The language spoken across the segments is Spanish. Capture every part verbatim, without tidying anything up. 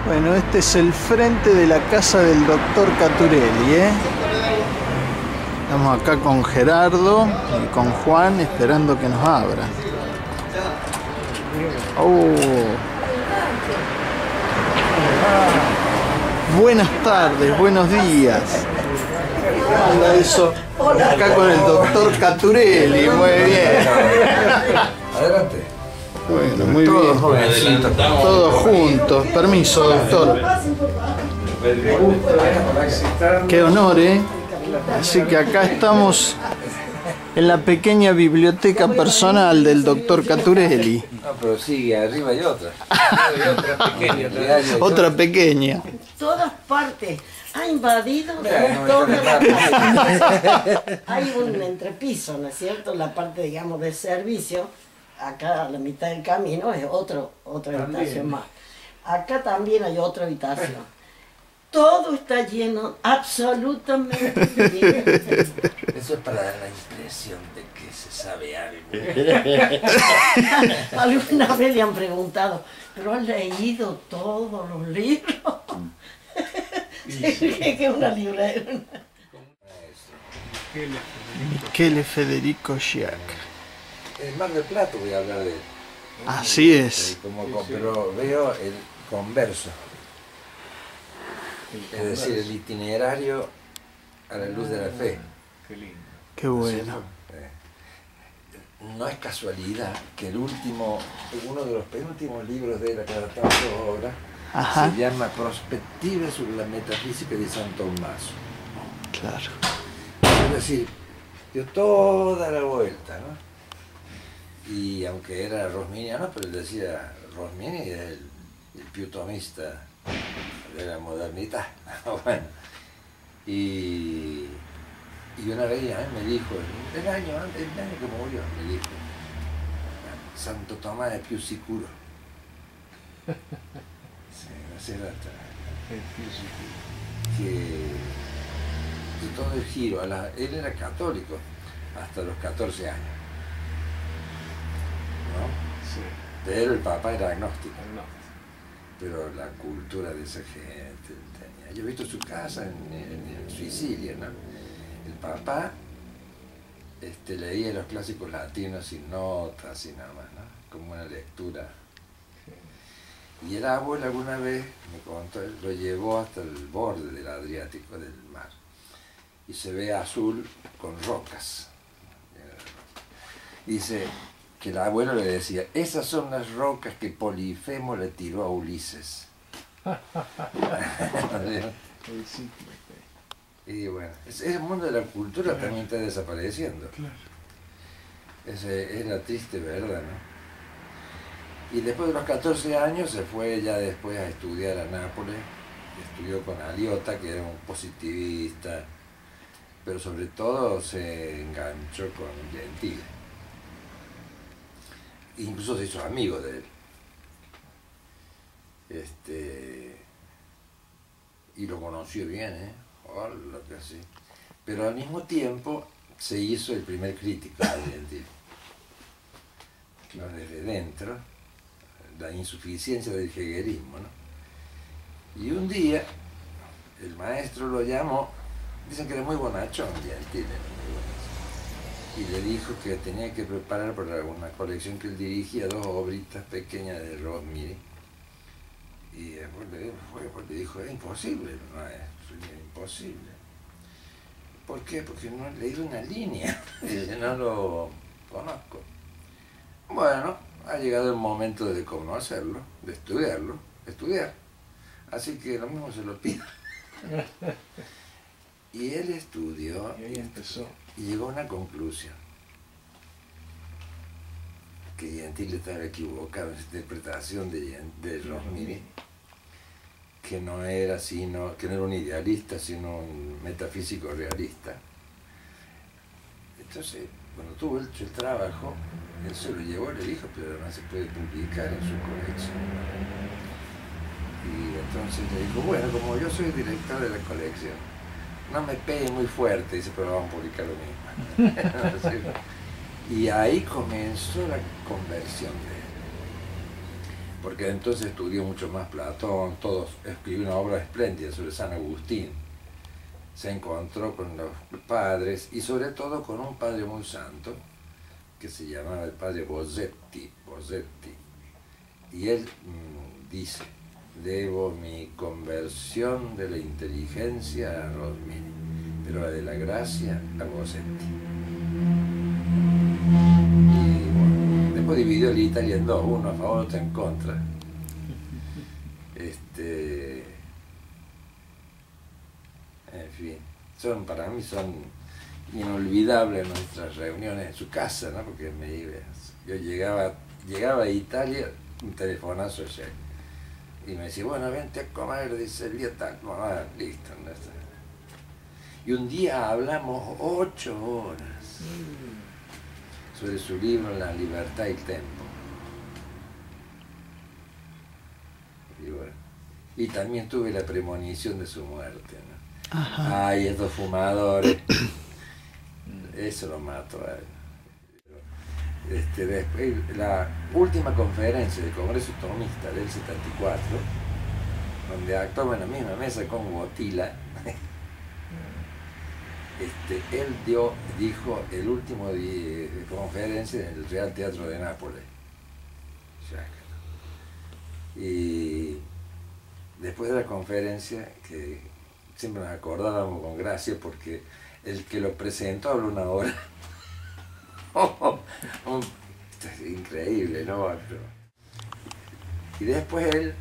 Bueno, este es el frente de la casa del doctor Caturelli, ¿eh? Estamos acá con Gerardo y con Juan esperando que nos abran. Oh. Buenas tardes, buenos días. ¿Cómo anda eso? Acá con el doctor Caturelli, muy bien. Adelante. Bueno, muy bien. Todos juntos. Permiso, doctor. Qué honor, ¿eh? Así que acá estamos en la pequeña biblioteca personal del doctor Caturelli. No, pero sigue, arriba hay otra. Hay otra pequeña. Otra pequeña. Todas partes. Ha invadido todas las partes. Hay un entrepiso, ¿no es cierto? La parte, digamos, de servicio. Acá a la mitad del camino es otro, otra habitación más. Acá también hay otra habitación. Todo está lleno, absolutamente lleno. Eso es para dar la impresión de que se sabe algo. Alguna vez le han preguntado, ¿pero has leído todos los libros? Que es una librera. Michele Federico Schiac. En Mar del Plata voy a hablar de él. Así es. Como, pero veo el converso. Es decir, el itinerario a la luz de la fe. Qué lindo. Qué bueno. No es casualidad que el último, uno de los penúltimos libros de la cada tanto obra, Ajá. se llama Prospettive sobre la metafísica de San Tommaso. Claro. Es decir, dio toda la vuelta, ¿no? Y aunque era rosminiano, pero él decía, Rosmini es el, el più tomista de la modernidad. Bueno, y, y una vez a mí me dijo, el año antes, el año que murió, me dijo, Santo Tomás es più sicuro. Sí, no sé la que, que todo el giro, a la, él era católico hasta los catorce años. ¿No? Sí. Pero el Papa era agnóstico. No. Pero la cultura de esa gente tenía. Yo he visto su casa en, en, en Sicilia, ¿no? El Papa este, leía los clásicos latinos sin notas y nada más, ¿no? Como una lectura. Sí. Y el abuelo alguna vez, me contó, lo llevó hasta el borde del Adriático, del mar. Y se ve azul con rocas. Y dice que el abuelo le decía, esas son las rocas que Polifemo le tiró a Ulises. Y bueno, ese mundo de la cultura claro. También está desapareciendo. Claro. Es, es la triste verdad, ¿no? Y después de los catorce años se fue ya después a estudiar a Nápoles, estudió con Aliota, que era un positivista, pero sobre todo se enganchó con Gentile. Incluso se hizo amigo de él. Este, y lo conoció bien, ¿eh? Hola, que sí. Pero al mismo tiempo se hizo el primer crítico de Gentile. Claro, desde dentro, la insuficiencia del hegelismo, ¿no? Y un día, el maestro lo llamó, dicen que era muy bonachón, Gentile, y le dijo que tenía que preparar para una colección que él dirigía dos obritas pequeñas de Rosmini. Y después le, fue, le dijo, es imposible, no es, es imposible. ¿Por qué? Porque no he leído una línea, dice, no lo conozco. Bueno, ha llegado el momento de conocerlo, de estudiarlo, de estudiar. Así que lo mismo se lo pido. Y él estudió y ahí empezó. Y llegó a una conclusión, que Gentile estaba equivocado en su interpretación de, de Rosmini, que no era sino, que no era un idealista, sino un metafísico realista. Entonces, cuando tuvo hecho el trabajo, él se lo llevó y le dijo, pero no se puede publicar en su colección. Y entonces le dijo, bueno, como yo soy director de la colección, no me pegue muy fuerte, dice, pero vamos a publicar lo mismo. Y ahí comenzó la conversión de él. porque entonces estudió mucho más Platón, todos, escribió una obra espléndida sobre San Agustín, se encontró con los padres y sobre todo con un padre muy santo que se llamaba el padre Bosetti, Bosetti. Y él mmm, dice: debo mi conversión de la inteligencia a Rosmini, pero la de la gracia a Bosetti. Y bueno, después dividió el Italia en dos, uno a favor, otro en contra. Este, en fin, son, para mí son inolvidables nuestras reuniones en su casa, ¿no? Porque me iba, yo llegaba, llegaba a Italia, un telefonazo allá, y me decía: bueno, vente a comer, dice el día tal, no, ah, listo, no está. Y un día hablamos ocho horas sobre su libro La libertad y el tempo. Y bueno, y también tuve la premonición de su muerte, ¿no? Ajá. Ay, estos fumadores, eso lo mato a él. Este, después, la última conferencia del Congreso Tomista del setenta y cuatro, donde actuaba en la misma mesa con Botila, este, él dio, dijo el último día de conferencia en el Real Teatro de Nápoles. Y después de la conferencia, que siempre nos acordábamos con gracia porque el que lo presentó habló una hora. Oh, oh, esto es increíble, ¿no? Y después él,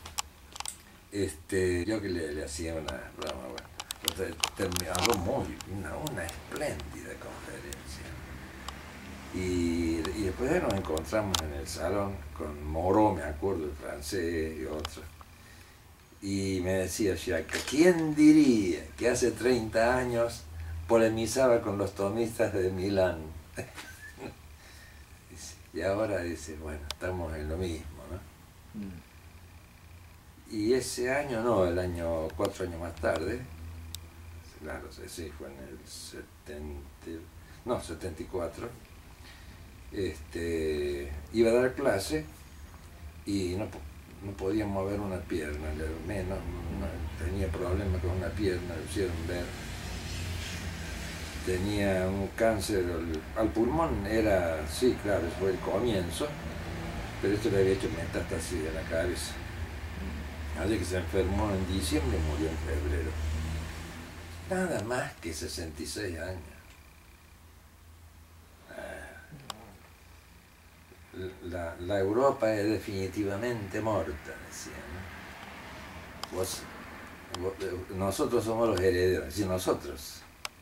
este, yo que le, le hacía una broma, bueno, terminó muy, una, una espléndida conferencia. Y, y después de nos encontramos en el salón con Moreau, me acuerdo, el francés y otros. Y me decía Jacques, ¿quién diría que hace treinta años polemizaba con los tomistas de Milán? Y ahora dice, bueno, estamos en lo mismo, ¿no? Mm. Y ese año, no, el año, cuatro años más tarde, claro, sí, fue en el setenta, no, setenta y cuatro, este, iba a dar clase y no, no podía mover una pierna, menos, no, tenía problemas con una pierna, lo hicieron ver. Tenía un cáncer al, al pulmón, era, sí, claro, fue el comienzo, pero esto le había hecho metástasis de la cabeza. Así que se enfermó en diciembre y murió en febrero. Nada más que sesenta y seis años. La, la Europa es definitivamente muerta, decía, ¿no? Vos, vos, nosotros somos los herederos, es decir, nosotros.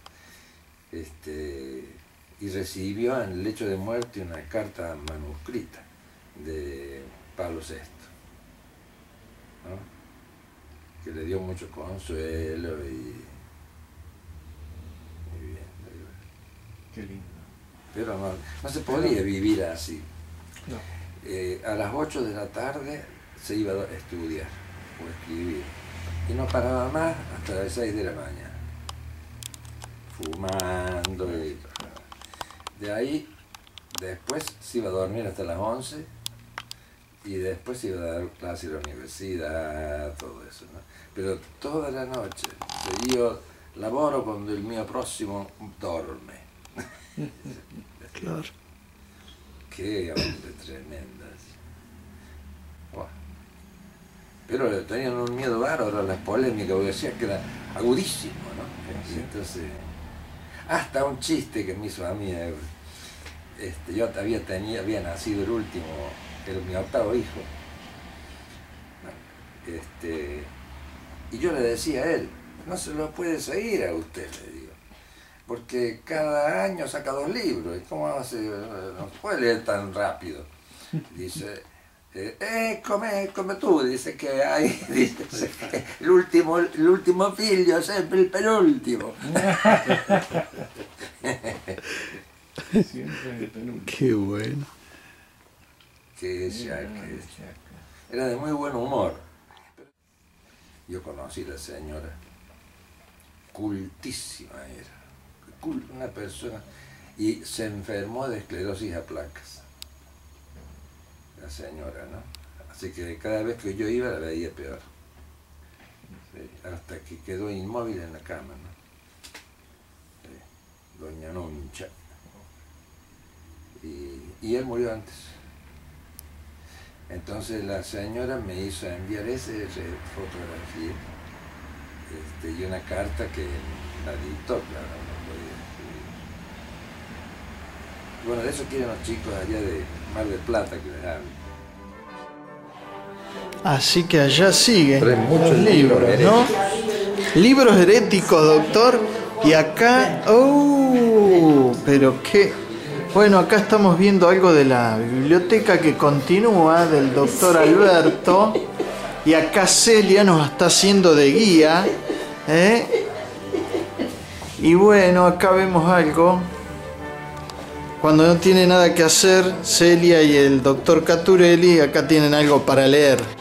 Este, y recibió en el lecho de muerte una carta manuscrita de Pablo sexto, ¿no? Que le dio mucho consuelo y, y bien, qué lindo. Pero no, no se podía vivir así. No. Eh, a las ocho de la tarde se iba a estudiar o escribir y no paraba más hasta las seis de la mañana. Fumando y de ahí después se iba a dormir hasta las once y después se iba a dar clase en la universidad, todo eso, ¿no? Pero toda la noche, yo lavoro cuando el mío próximo dorme. Claro. Qué hombre tremendo. Bueno. Pero tenían un miedo bárbaro a las polémicas, porque decían que era agudísimo, ¿no? Y entonces, hasta un chiste que me hizo a mí, este, yo había, tenido, había nacido el último, el, mi octavo hijo, este, y yo le decía a él, no se lo puede seguir a usted, le digo, porque cada año saca dos libros, ¿y cómo hace? No puede leer tan rápido. Dice, eh, eh come, come tú, dice que hay, dice que el último, el último figlio es siempre el penúltimo. Siempre el penúltimo. Qué bueno. Que ya, que era de muy buen humor. Yo conocí a la señora, cultísima era, una persona, y se enfermó de esclerosis a placas. La señora, ¿no? Así que cada vez que yo iba la veía peor. Sí, hasta que quedó inmóvil en la cama, ¿no? Sí, doña Nuncha. Y, y él murió antes. Entonces la señora me hizo enviar esa fotografía este, y una carta que la dictó, claro, no podía escribir. Bueno, de eso quieren los chicos allá de Mar del Plata que les hablen. Así que allá siguen Traen muchos los libros, libros ¿no? Libros heréticos, doctor. Y acá, oh, pero qué. Bueno, acá estamos viendo algo de la biblioteca que continúa del doctor Alberto. Y acá Celia nos está haciendo de guía, ¿eh? Y bueno, acá vemos algo. Cuando no tiene nada que hacer, Celia y el doctor Caturelli acá tienen algo para leer.